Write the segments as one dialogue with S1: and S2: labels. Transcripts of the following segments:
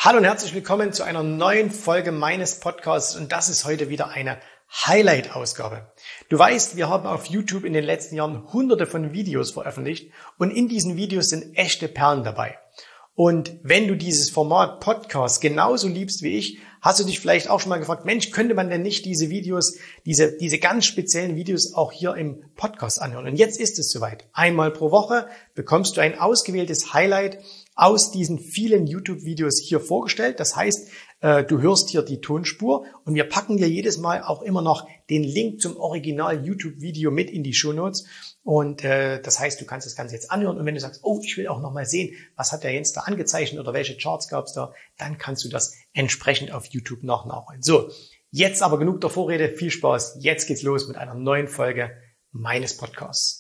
S1: Hallo und herzlich willkommen zu einer neuen Folge meines Podcasts und das ist heute wieder eine Highlight-Ausgabe. Du weißt, wir haben auf YouTube in den letzten Jahren hunderte von Videos veröffentlicht und in diesen Videos sind echte Perlen dabei. Und wenn du dieses Format Podcast genauso liebst wie ich, hast du dich vielleicht auch schon mal gefragt, Mensch, könnte man denn nicht diese Videos, diese ganz speziellen Videos auch hier im Podcast anhören? Und jetzt ist es soweit. Einmal pro Woche bekommst du ein ausgewähltes Highlight aus diesen vielen YouTube-Videos hier vorgestellt. Das heißt, du hörst hier die Tonspur und wir packen dir jedes Mal auch immer noch den Link zum Original-YouTube-Video mit in die Shownotes. Und das heißt, du kannst das Ganze jetzt anhören und wenn du sagst, oh, ich will auch noch mal sehen, was hat der Jens da angezeichnet oder welche Charts gab es da, dann kannst du das entsprechend auf YouTube noch nachholen. So, jetzt aber genug der Vorrede, viel Spaß. Jetzt geht's los mit einer neuen Folge meines Podcasts.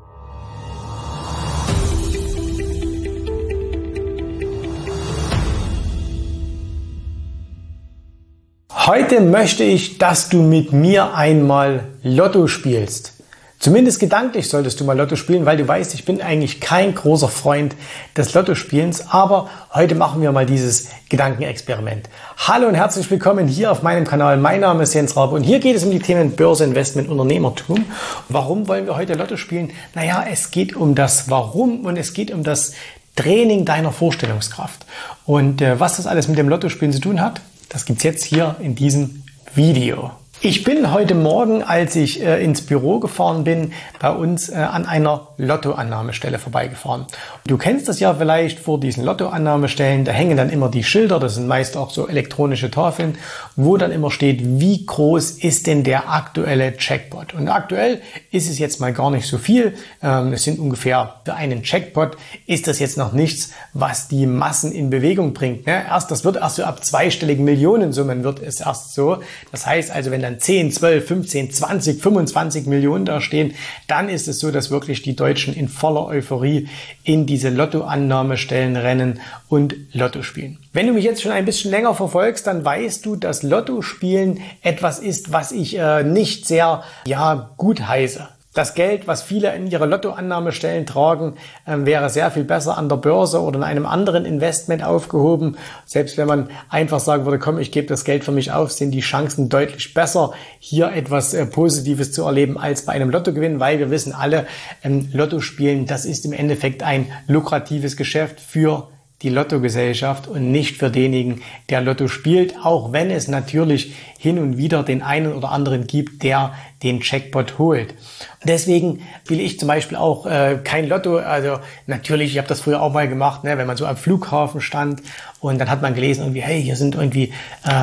S1: Heute möchte ich, dass du mit mir einmal Lotto spielst. Zumindest gedanklich solltest du mal Lotto spielen, weil du weißt, ich bin eigentlich kein großer Freund des Lottospielens, aber heute machen wir mal dieses Gedankenexperiment. Hallo und herzlich willkommen hier auf meinem Kanal. Mein Name ist Jens Rabe und hier geht es um die Themen Börse, Investment, Unternehmertum. Warum wollen wir heute Lotto spielen? Naja, es geht um das Warum und es geht um das Training deiner Vorstellungskraft. Und was das alles mit dem Lottospielen zu tun hat, das gibt's jetzt hier in diesem Video. Ich bin heute Morgen, als ich ins Büro gefahren bin, bei uns an einer Lottoannahmestelle vorbeigefahren. Du kennst das ja vielleicht vor diesen Lottoannahmestellen, da hängen dann immer die Schilder, das sind meist auch so elektronische Tafeln, wo dann immer steht, wie groß ist denn der aktuelle Jackpot. Und aktuell ist es jetzt mal gar nicht so viel, es sind ungefähr für einen Jackpot, ist das jetzt noch nichts, was die Massen in Bewegung bringt. Das wird erst so ab zweistelligen Millionensummen wird es erst so. Das heißt also, wenn dann 10, 12, 15, 20, 25 Millionen da stehen, dann ist es so, dass wirklich die Deutschen in voller Euphorie in diese Lottoannahmestellen rennen und Lotto spielen. Wenn du mich jetzt schon ein bisschen länger verfolgst, dann weißt du, dass Lottospielen etwas ist, was ich nicht sehr gut heiße. Das Geld, was viele in ihre Lottoannahmestellen tragen, wäre sehr viel besser an der Börse oder in einem anderen Investment aufgehoben. Selbst wenn man einfach sagen würde, komm, ich gebe das Geld für mich auf, sind die Chancen deutlich besser, hier etwas Positives zu erleben als bei einem Lottogewinn, weil wir wissen alle, Lottospielen, das ist im Endeffekt ein lukratives Geschäft für die Lottogesellschaft und nicht für denjenigen, der Lotto spielt, auch wenn es natürlich hin und wieder den einen oder anderen gibt, der den Jackpot holt. Deswegen spiele ich zum Beispiel auch kein Lotto. Also natürlich, ich habe das früher auch mal gemacht, wenn man so am Flughafen stand und dann hat man gelesen, irgendwie, hey, hier sind irgendwie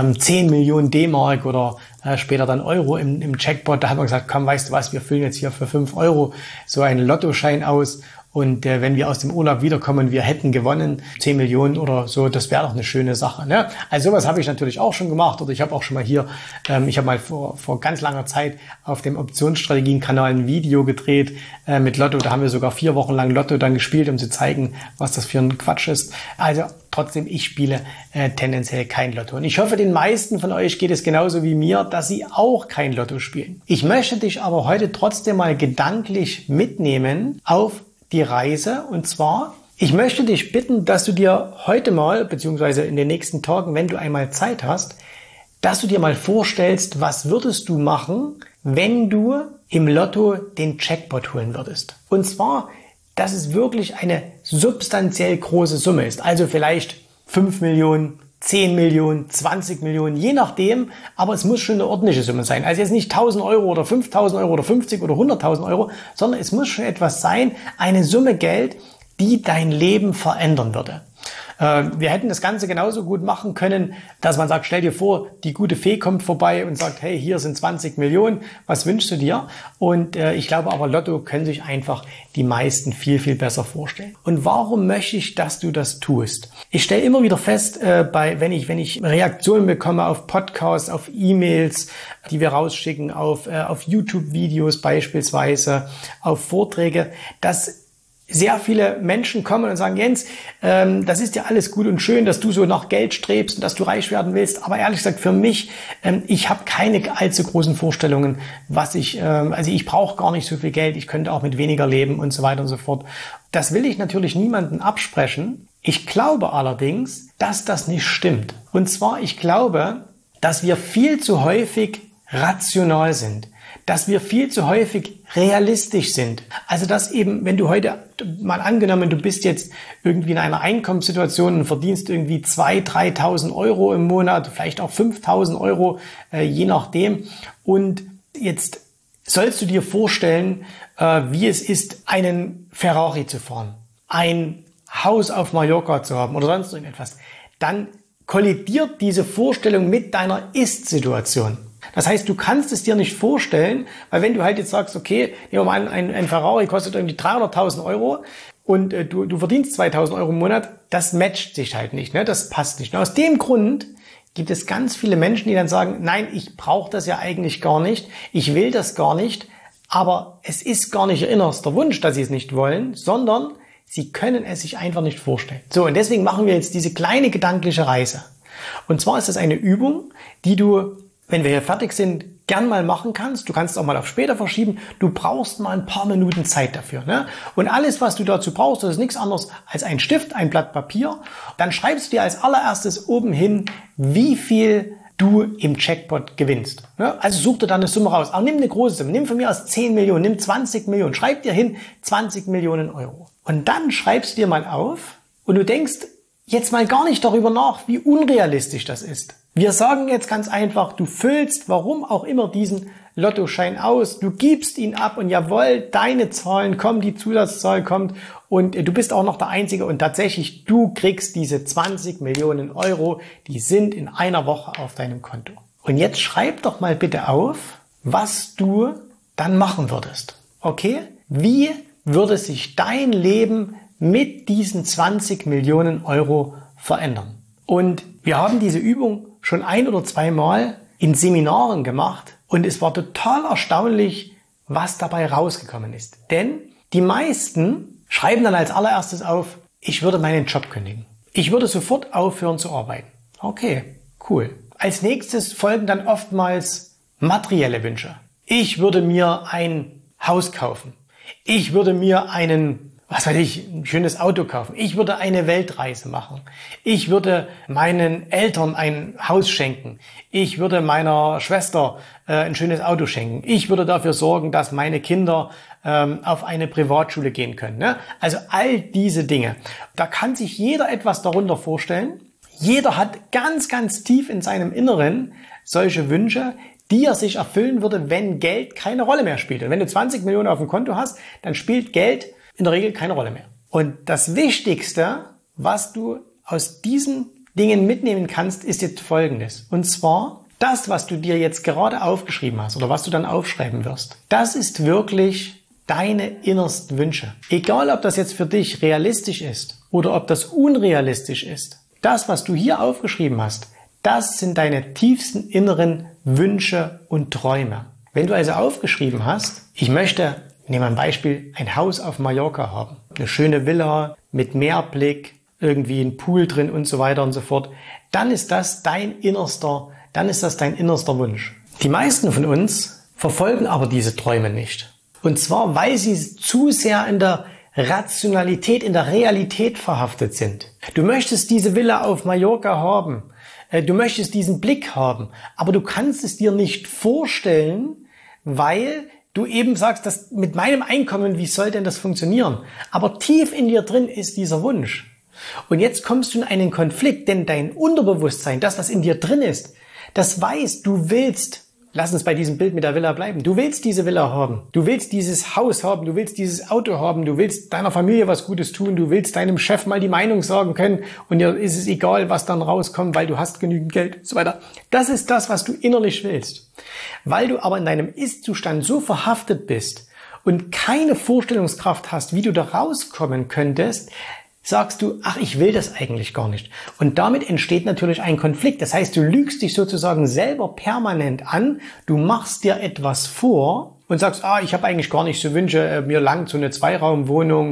S1: 10 Millionen D-Mark oder später dann Euro im Jackpot. Da hat man gesagt, komm, weißt du was, wir füllen jetzt hier für 5 Euro so einen Lottoschein aus. Und wenn wir aus dem Urlaub wiederkommen, wir hätten gewonnen, 10 Millionen oder so, das wäre doch eine schöne Sache. Ne? Also sowas habe ich natürlich auch schon gemacht. Oder ich habe auch schon mal hier, ich habe mal vor ganz langer Zeit auf dem Optionsstrategien-Kanal ein Video gedreht mit Lotto. Da haben wir sogar 4 Wochen lang Lotto dann gespielt, um zu zeigen, was das für ein Quatsch ist. Also trotzdem, ich spiele tendenziell kein Lotto. Und ich hoffe, den meisten von euch geht es genauso wie mir, dass sie auch kein Lotto spielen. Ich möchte dich aber heute trotzdem mal gedanklich mitnehmen auf die Reise. Und zwar, ich möchte dich bitten, dass du dir heute mal, beziehungsweise in den nächsten Tagen, wenn du einmal Zeit hast, dass du dir mal vorstellst, was würdest du machen, wenn du im Lotto den Jackpot holen würdest. Und zwar, dass es wirklich eine substanziell große Summe ist. Also vielleicht 5 Millionen, 10 Millionen, 20 Millionen, je nachdem, aber es muss schon eine ordentliche Summe sein. Also jetzt nicht 1.000 Euro oder 5.000 Euro oder 50 oder 100.000 Euro, sondern es muss schon etwas sein, eine Summe Geld, die dein Leben verändern würde. Wir hätten das Ganze genauso gut machen können, dass man sagt, stell dir vor, die gute Fee kommt vorbei und sagt, hey, hier sind 20 Millionen, was wünschst du dir? Und ich glaube aber, Lotto können sich einfach die meisten viel, viel besser vorstellen. Und warum möchte ich, dass du das tust? Ich stelle immer wieder fest, wenn ich Reaktionen bekomme auf Podcasts, auf E-Mails, die wir rausschicken, auf YouTube-Videos beispielsweise, auf Vorträge, dass sehr viele Menschen kommen und sagen, Jens, das ist ja alles gut und schön, dass du so nach Geld strebst und dass du reich werden willst. Aber ehrlich gesagt, für mich, ich habe keine allzu großen Vorstellungen, also ich brauche gar nicht so viel Geld, ich könnte auch mit weniger leben und so weiter und so fort. Das will ich natürlich niemandem absprechen. Ich glaube allerdings, dass das nicht stimmt. Und zwar, ich glaube, dass wir viel zu häufig rational sind. Dass wir viel zu häufig realistisch sind. Also dass eben, wenn du heute mal angenommen, du bist jetzt irgendwie in einer Einkommenssituation und verdienst irgendwie 2.000, 3.000 Euro im Monat, vielleicht auch 5.000 Euro, je nachdem. Und jetzt sollst du dir vorstellen, wie es ist, einen Ferrari zu fahren, ein Haus auf Mallorca zu haben oder sonst irgendetwas. Dann kollidiert diese Vorstellung mit deiner Ist-Situation. Das heißt, du kannst es dir nicht vorstellen, weil wenn du halt jetzt sagst, okay, nehmen wir mal an, ein Ferrari kostet irgendwie 300.000 Euro und du verdienst 2.000 Euro im Monat, das matcht sich halt nicht, ne? Das passt nicht. Und aus dem Grund gibt es ganz viele Menschen, die dann sagen, nein, ich brauche das ja eigentlich gar nicht, ich will das gar nicht, aber es ist gar nicht ihr innerster Wunsch, dass sie es nicht wollen, sondern sie können es sich einfach nicht vorstellen. So, und deswegen machen wir jetzt diese kleine gedankliche Reise. Und zwar ist das eine Übung, die du, wenn wir hier fertig sind, gern mal machen kannst. Du kannst es auch mal auf später verschieben. Du brauchst mal ein paar Minuten Zeit dafür, ne? Und alles, was du dazu brauchst, das ist nichts anderes als ein Stift, ein Blatt Papier. Dann schreibst du dir als allererstes oben hin, wie viel du im Jackpot gewinnst. Ne? Also such dir dann eine Summe raus. Aber nimm eine große Summe. Nimm von mir aus 10 Millionen, nimm 20 Millionen. Schreib dir hin 20 Millionen Euro. Und dann schreibst du dir mal auf und du denkst jetzt mal gar nicht darüber nach, wie unrealistisch das ist. Wir sagen jetzt ganz einfach, du füllst, warum auch immer, diesen Lottoschein aus, du gibst ihn ab und jawohl, deine Zahlen kommen, die Zusatzzahl kommt und du bist auch noch der Einzige und tatsächlich, du kriegst diese 20 Millionen Euro, die sind in einer Woche auf deinem Konto. Und jetzt schreib doch mal bitte auf, was du dann machen würdest. Okay? Wie würde sich dein Leben mit diesen 20 Millionen Euro verändern? Und wir haben diese Übung schon 1 oder 2 Mal in Seminaren gemacht und es war total erstaunlich, was dabei rausgekommen ist. Denn die meisten schreiben dann als allererstes auf, ich würde meinen Job kündigen. Ich würde sofort aufhören zu arbeiten. Okay, cool. Als nächstes folgen dann oftmals materielle Wünsche. Ich würde mir ein Haus kaufen. Ich würde mir ein schönes Auto kaufen. Ich würde eine Weltreise machen. Ich würde meinen Eltern ein Haus schenken. Ich würde meiner Schwester ein schönes Auto schenken. Ich würde dafür sorgen, dass meine Kinder auf eine Privatschule gehen können. Ne? Also all diese Dinge. Da kann sich jeder etwas darunter vorstellen. Jeder hat ganz, ganz tief in seinem Inneren solche Wünsche, die er sich erfüllen würde, wenn Geld keine Rolle mehr spielt. Und wenn du 20 Millionen auf dem Konto hast, dann spielt Geld in der Regel keine Rolle mehr. Und das Wichtigste, was du aus diesen Dingen mitnehmen kannst, ist jetzt Folgendes. Und zwar, das, was du dir jetzt gerade aufgeschrieben hast oder was du dann aufschreiben wirst, das ist wirklich deine innersten Wünsche. Egal, ob das jetzt für dich realistisch ist oder ob das unrealistisch ist. Das, was du hier aufgeschrieben hast, das sind deine tiefsten inneren Wünsche und Träume. Wenn du also aufgeschrieben hast, ich möchte, nehmen wir ein Beispiel, ein Haus auf Mallorca haben. Eine schöne Villa mit Meerblick, irgendwie ein Pool drin und so weiter und so fort. Dann ist das dein innerster Wunsch. Die meisten von uns verfolgen aber diese Träume nicht. Und zwar, weil sie zu sehr in der Rationalität, in der Realität verhaftet sind. Du möchtest diese Villa auf Mallorca haben. Du möchtest diesen Blick haben. Aber du kannst es dir nicht vorstellen, weil du eben sagst, dass mit meinem Einkommen, wie soll denn das funktionieren? Aber tief in dir drin ist dieser Wunsch. Und jetzt kommst du in einen Konflikt, denn dein Unterbewusstsein, das, was in dir drin ist, das weiß, du willst, lass uns bei diesem Bild mit der Villa bleiben, du willst diese Villa haben, du willst dieses Haus haben, du willst dieses Auto haben, du willst deiner Familie was Gutes tun, du willst deinem Chef mal die Meinung sagen können und dir ist es egal, was dann rauskommt, weil du hast genügend Geld und so weiter. Das ist das, was du innerlich willst. Weil du aber in deinem Ist-Zustand so verhaftet bist und keine Vorstellungskraft hast, wie du da rauskommen könntest, sagst du, ach, ich will das eigentlich gar nicht. Und damit entsteht natürlich ein Konflikt. Das heißt, du lügst dich sozusagen selber permanent an, du machst dir etwas vor und sagst, ich habe eigentlich gar nicht so Wünsche, mir langt so eine Zweiraumwohnung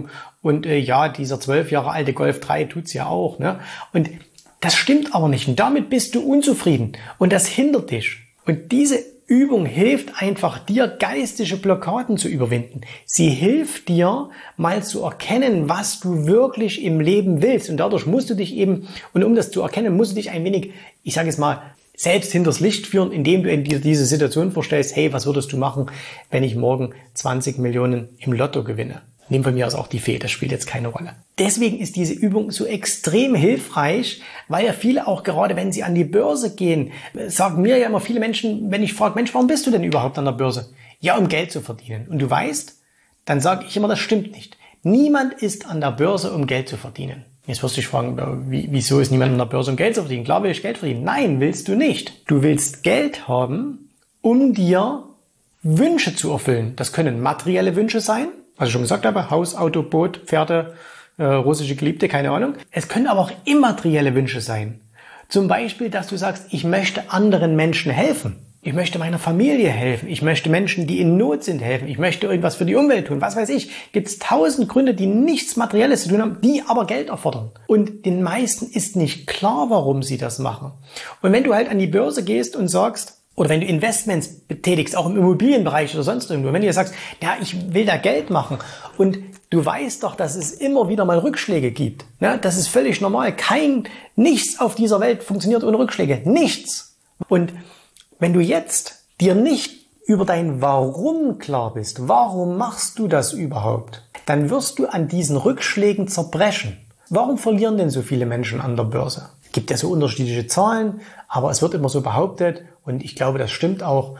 S1: Und ja, dieser 12 Jahre alte Golf 3 tut's ja auch. Ne? Und das stimmt aber nicht. Und damit bist du unzufrieden. Und das hindert dich. Und diese Übung hilft einfach dir, geistige Blockaden zu überwinden. Sie hilft dir, mal zu erkennen, was du wirklich im Leben willst. Und dadurch musst du dich eben, und um das zu erkennen, musst du dich ein wenig, ich sage es mal, selbst hinters Licht führen, indem du dir diese Situation vorstellst, hey, was würdest du machen, wenn ich morgen 20 Millionen im Lotto gewinne? Nehmen von mir aus auch die Fee, das spielt jetzt keine Rolle. Deswegen ist diese Übung so extrem hilfreich, weil ja viele auch gerade, wenn sie an die Börse gehen, sagen mir ja immer viele Menschen, wenn ich frage, Mensch, warum bist du denn überhaupt an der Börse? Ja, um Geld zu verdienen. Und du weißt, dann sage ich immer, das stimmt nicht. Niemand ist an der Börse, um Geld zu verdienen. Jetzt wirst du dich fragen, wieso ist niemand an der Börse, um Geld zu verdienen? Klar will ich Geld verdienen. Nein, willst du nicht. Du willst Geld haben, um dir Wünsche zu erfüllen. Das können materielle Wünsche sein, was ich schon gesagt habe, Haus, Auto, Boot, Pferde, russische Geliebte, keine Ahnung. Es können aber auch immaterielle Wünsche sein. Zum Beispiel, dass du sagst, ich möchte anderen Menschen helfen. Ich möchte meiner Familie helfen. Ich möchte Menschen, die in Not sind, helfen. Ich möchte irgendwas für die Umwelt tun. Was weiß ich. Gibt es 1000 Gründe, die nichts Materielles zu tun haben, die aber Geld erfordern. Und den meisten ist nicht klar, warum sie das machen. Und wenn du halt an die Börse gehst und sagst, oder wenn du Investments betätigst, auch im Immobilienbereich oder sonst irgendwo, wenn du dir sagst, ja, ich will da Geld machen und du weißt doch, dass es immer wieder mal Rückschläge gibt. Ja, das ist völlig normal. Nichts auf dieser Welt funktioniert ohne Rückschläge. Nichts. Und wenn du jetzt dir nicht über dein Warum klar bist, warum machst du das überhaupt, dann wirst du an diesen Rückschlägen zerbrechen. Warum verlieren denn so viele Menschen an der Börse? Es gibt ja so unterschiedliche Zahlen, aber es wird immer so behauptet, und ich glaube, das stimmt auch,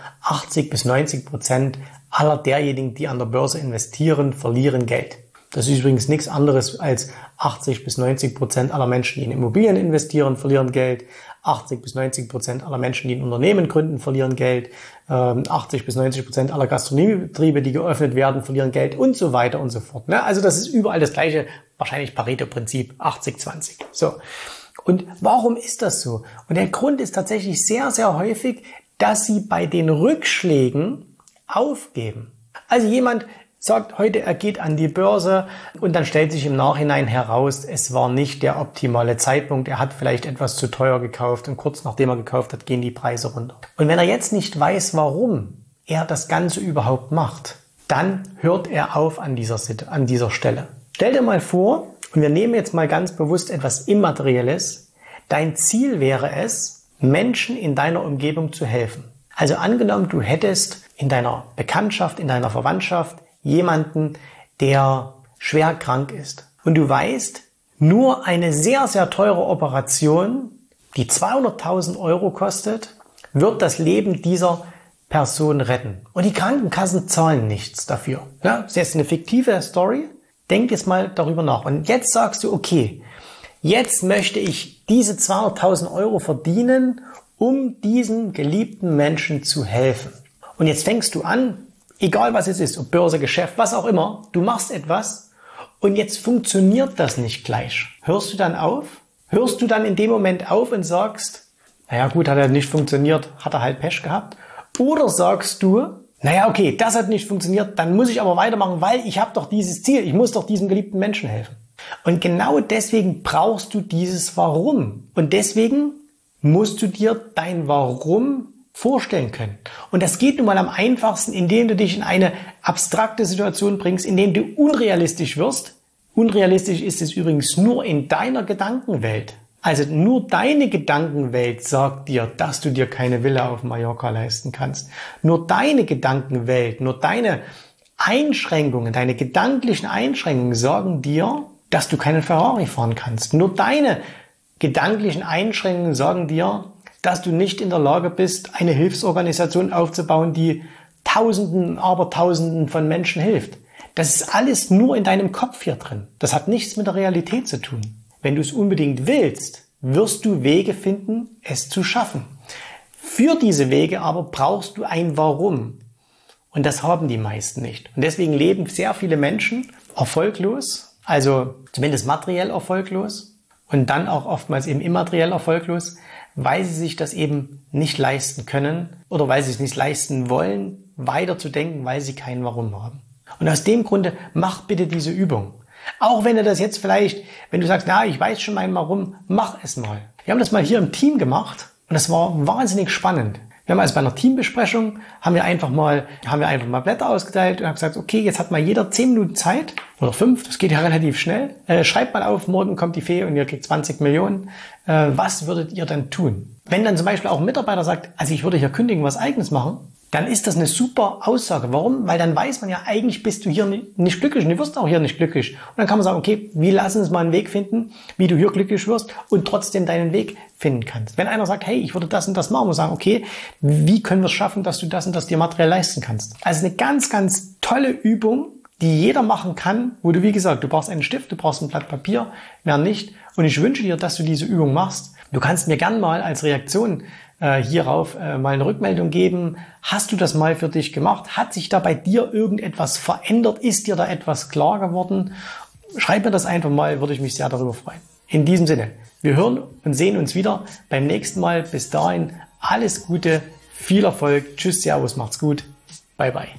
S1: 80-90% aller derjenigen, die an der Börse investieren, verlieren Geld. Das ist übrigens nichts anderes als 80-90% aller Menschen, die in Immobilien investieren, verlieren Geld. 80-90% aller Menschen, die ein Unternehmen gründen, verlieren Geld. 80-90% aller Gastronomiebetriebe, die geöffnet werden, verlieren Geld und so weiter und so fort. Also das ist überall das gleiche, wahrscheinlich Pareto-Prinzip, 80-20. So. Und warum ist das so? Und der Grund ist tatsächlich sehr, sehr häufig, dass sie bei den Rückschlägen aufgeben. Also jemand sagt heute, er geht an die Börse und dann stellt sich im Nachhinein heraus, es war nicht der optimale Zeitpunkt. Er hat vielleicht etwas zu teuer gekauft und kurz nachdem er gekauft hat, gehen die Preise runter. Und wenn er jetzt nicht weiß, warum er das Ganze überhaupt macht, dann hört er auf an dieser Stelle. Stell dir mal vor, und wir nehmen jetzt mal ganz bewusst etwas Immaterielles. Dein Ziel wäre es, Menschen in deiner Umgebung zu helfen. Also angenommen, du hättest in deiner Bekanntschaft, in deiner Verwandtschaft jemanden, der schwer krank ist. Und du weißt, nur eine sehr, sehr teure Operation, die 200.000 Euro kostet, wird das Leben dieser Person retten. Und die Krankenkassen zahlen nichts dafür. Ja, das ist jetzt eine fiktive Story. Denk jetzt mal darüber nach. Und jetzt sagst du, okay, jetzt möchte ich diese 200.000 Euro verdienen, um diesen geliebten Menschen zu helfen. Und jetzt fängst du an, egal was es ist, ob Börse, Geschäft, was auch immer, du machst etwas und jetzt funktioniert das nicht gleich. Hörst du dann auf? Hörst du dann in dem Moment auf und sagst, naja gut, hat er nicht funktioniert, hat er halt Pech gehabt? Oder sagst du, naja, okay, das hat nicht funktioniert, dann muss ich aber weitermachen, weil ich habe doch dieses Ziel, ich muss doch diesem geliebten Menschen helfen. Und genau deswegen brauchst du dieses Warum. Und deswegen musst du dir dein Warum vorstellen können. Und das geht nun mal am einfachsten, indem du dich in eine abstrakte Situation bringst, indem du unrealistisch wirst. Unrealistisch ist es übrigens nur in deiner Gedankenwelt. Also nur deine Gedankenwelt sagt dir, dass du dir keine Villa auf Mallorca leisten kannst. Nur deine Gedankenwelt, nur deine Einschränkungen, deine gedanklichen Einschränkungen sagen dir, dass du keinen Ferrari fahren kannst. Nur deine gedanklichen Einschränkungen sagen dir, dass du nicht in der Lage bist, eine Hilfsorganisation aufzubauen, die Tausenden, Abertausenden von Menschen hilft. Das ist alles nur in deinem Kopf hier drin. Das hat nichts mit der Realität zu tun. Wenn du es unbedingt willst, wirst du Wege finden, es zu schaffen. Für diese Wege aber brauchst du ein Warum. Und das haben die meisten nicht. Und deswegen leben sehr viele Menschen erfolglos, also zumindest materiell erfolglos und dann auch oftmals eben immateriell erfolglos, weil sie sich das eben nicht leisten können oder weil sie es nicht leisten wollen, weiterzudenken, weil sie kein Warum haben. Und aus dem Grunde mach bitte diese Übung. Auch wenn du das jetzt vielleicht, wenn du sagst, na, ich weiß schon mal warum, mach es mal. Wir haben das mal hier im Team gemacht und das war wahnsinnig spannend. Wir haben also bei einer Teambesprechung, haben wir einfach mal Blätter ausgeteilt und haben gesagt, okay, jetzt hat mal jeder 10 Minuten Zeit oder 5, das geht ja relativ schnell. Schreibt mal auf, morgen kommt die Fee und ihr kriegt 20 Millionen. Was würdet ihr dann tun? Wenn dann zum Beispiel auch ein Mitarbeiter sagt, also ich würde hier kündigen, was Eigenes machen, dann ist das eine super Aussage. Warum? Weil dann weiß man ja, eigentlich bist du hier nicht glücklich und du wirst auch hier nicht glücklich. Und dann kann man sagen, okay, wir lassen uns mal einen Weg finden, wie du hier glücklich wirst und trotzdem deinen Weg finden kannst. Wenn einer sagt, hey, ich würde das und das machen, muss sagen, okay, wie können wir es schaffen, dass du das und das dir materiell leisten kannst? Also eine ganz, ganz tolle Übung, die jeder machen kann, wo du, wie gesagt, du brauchst einen Stift, du brauchst ein Blatt Papier, mehr nicht. Und ich wünsche dir, dass du diese Übung machst. Du kannst mir gern mal als Reaktion hierauf mal eine Rückmeldung geben. Hast du das mal für dich gemacht? Hat sich da bei dir irgendetwas verändert? Ist dir da etwas klar geworden? Schreib mir das einfach mal, würde ich mich sehr darüber freuen. In diesem Sinne, wir hören und sehen uns wieder beim nächsten Mal. Bis dahin, alles Gute, viel Erfolg. Tschüss, Servus, macht's gut. Bye, bye.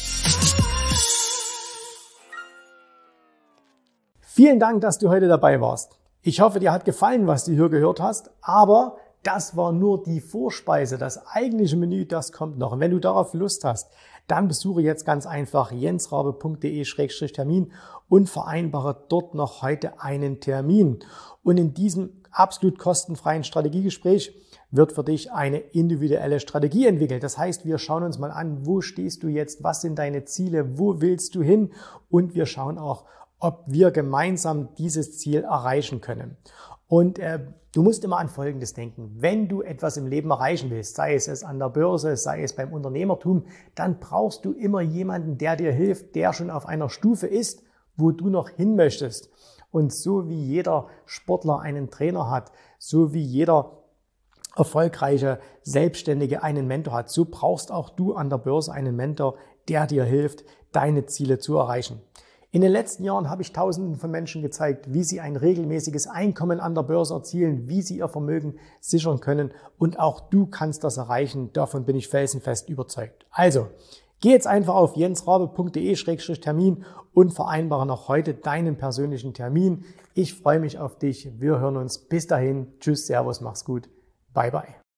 S1: Vielen Dank, dass du heute dabei warst. Ich hoffe, dir hat gefallen, was du hier gehört hast, aber das war nur die Vorspeise. Das eigentliche Menü, das kommt noch. Und wenn du darauf Lust hast, dann besuche jetzt ganz einfach jensrabe.de/Termin und vereinbare dort noch heute einen Termin. Und in diesem absolut kostenfreien Strategiegespräch wird für dich eine individuelle Strategie entwickelt. Das heißt, wir schauen uns mal an, wo stehst du jetzt, was sind deine Ziele, wo willst du hin? Und wir schauen auch, ob wir gemeinsam dieses Ziel erreichen können. Und du musst immer an Folgendes denken. Wenn du etwas im Leben erreichen willst, sei es an der Börse, sei es beim Unternehmertum, dann brauchst du immer jemanden, der dir hilft, der schon auf einer Stufe ist, wo du noch hin möchtest. Und so wie jeder Sportler einen Trainer hat, so wie jeder erfolgreiche Selbstständige einen Mentor hat, so brauchst auch du an der Börse einen Mentor, der dir hilft, deine Ziele zu erreichen. In den letzten Jahren habe ich Tausenden von Menschen gezeigt, wie sie ein regelmäßiges Einkommen an der Börse erzielen, wie sie ihr Vermögen sichern können. Und auch du kannst das erreichen. Davon bin ich felsenfest überzeugt. Also, geh jetzt einfach auf jensrabe.de/Termin und vereinbare noch heute deinen persönlichen Termin. Ich freue mich auf dich. Wir hören uns. Bis dahin. Tschüss, Servus, mach's gut. Bye, bye.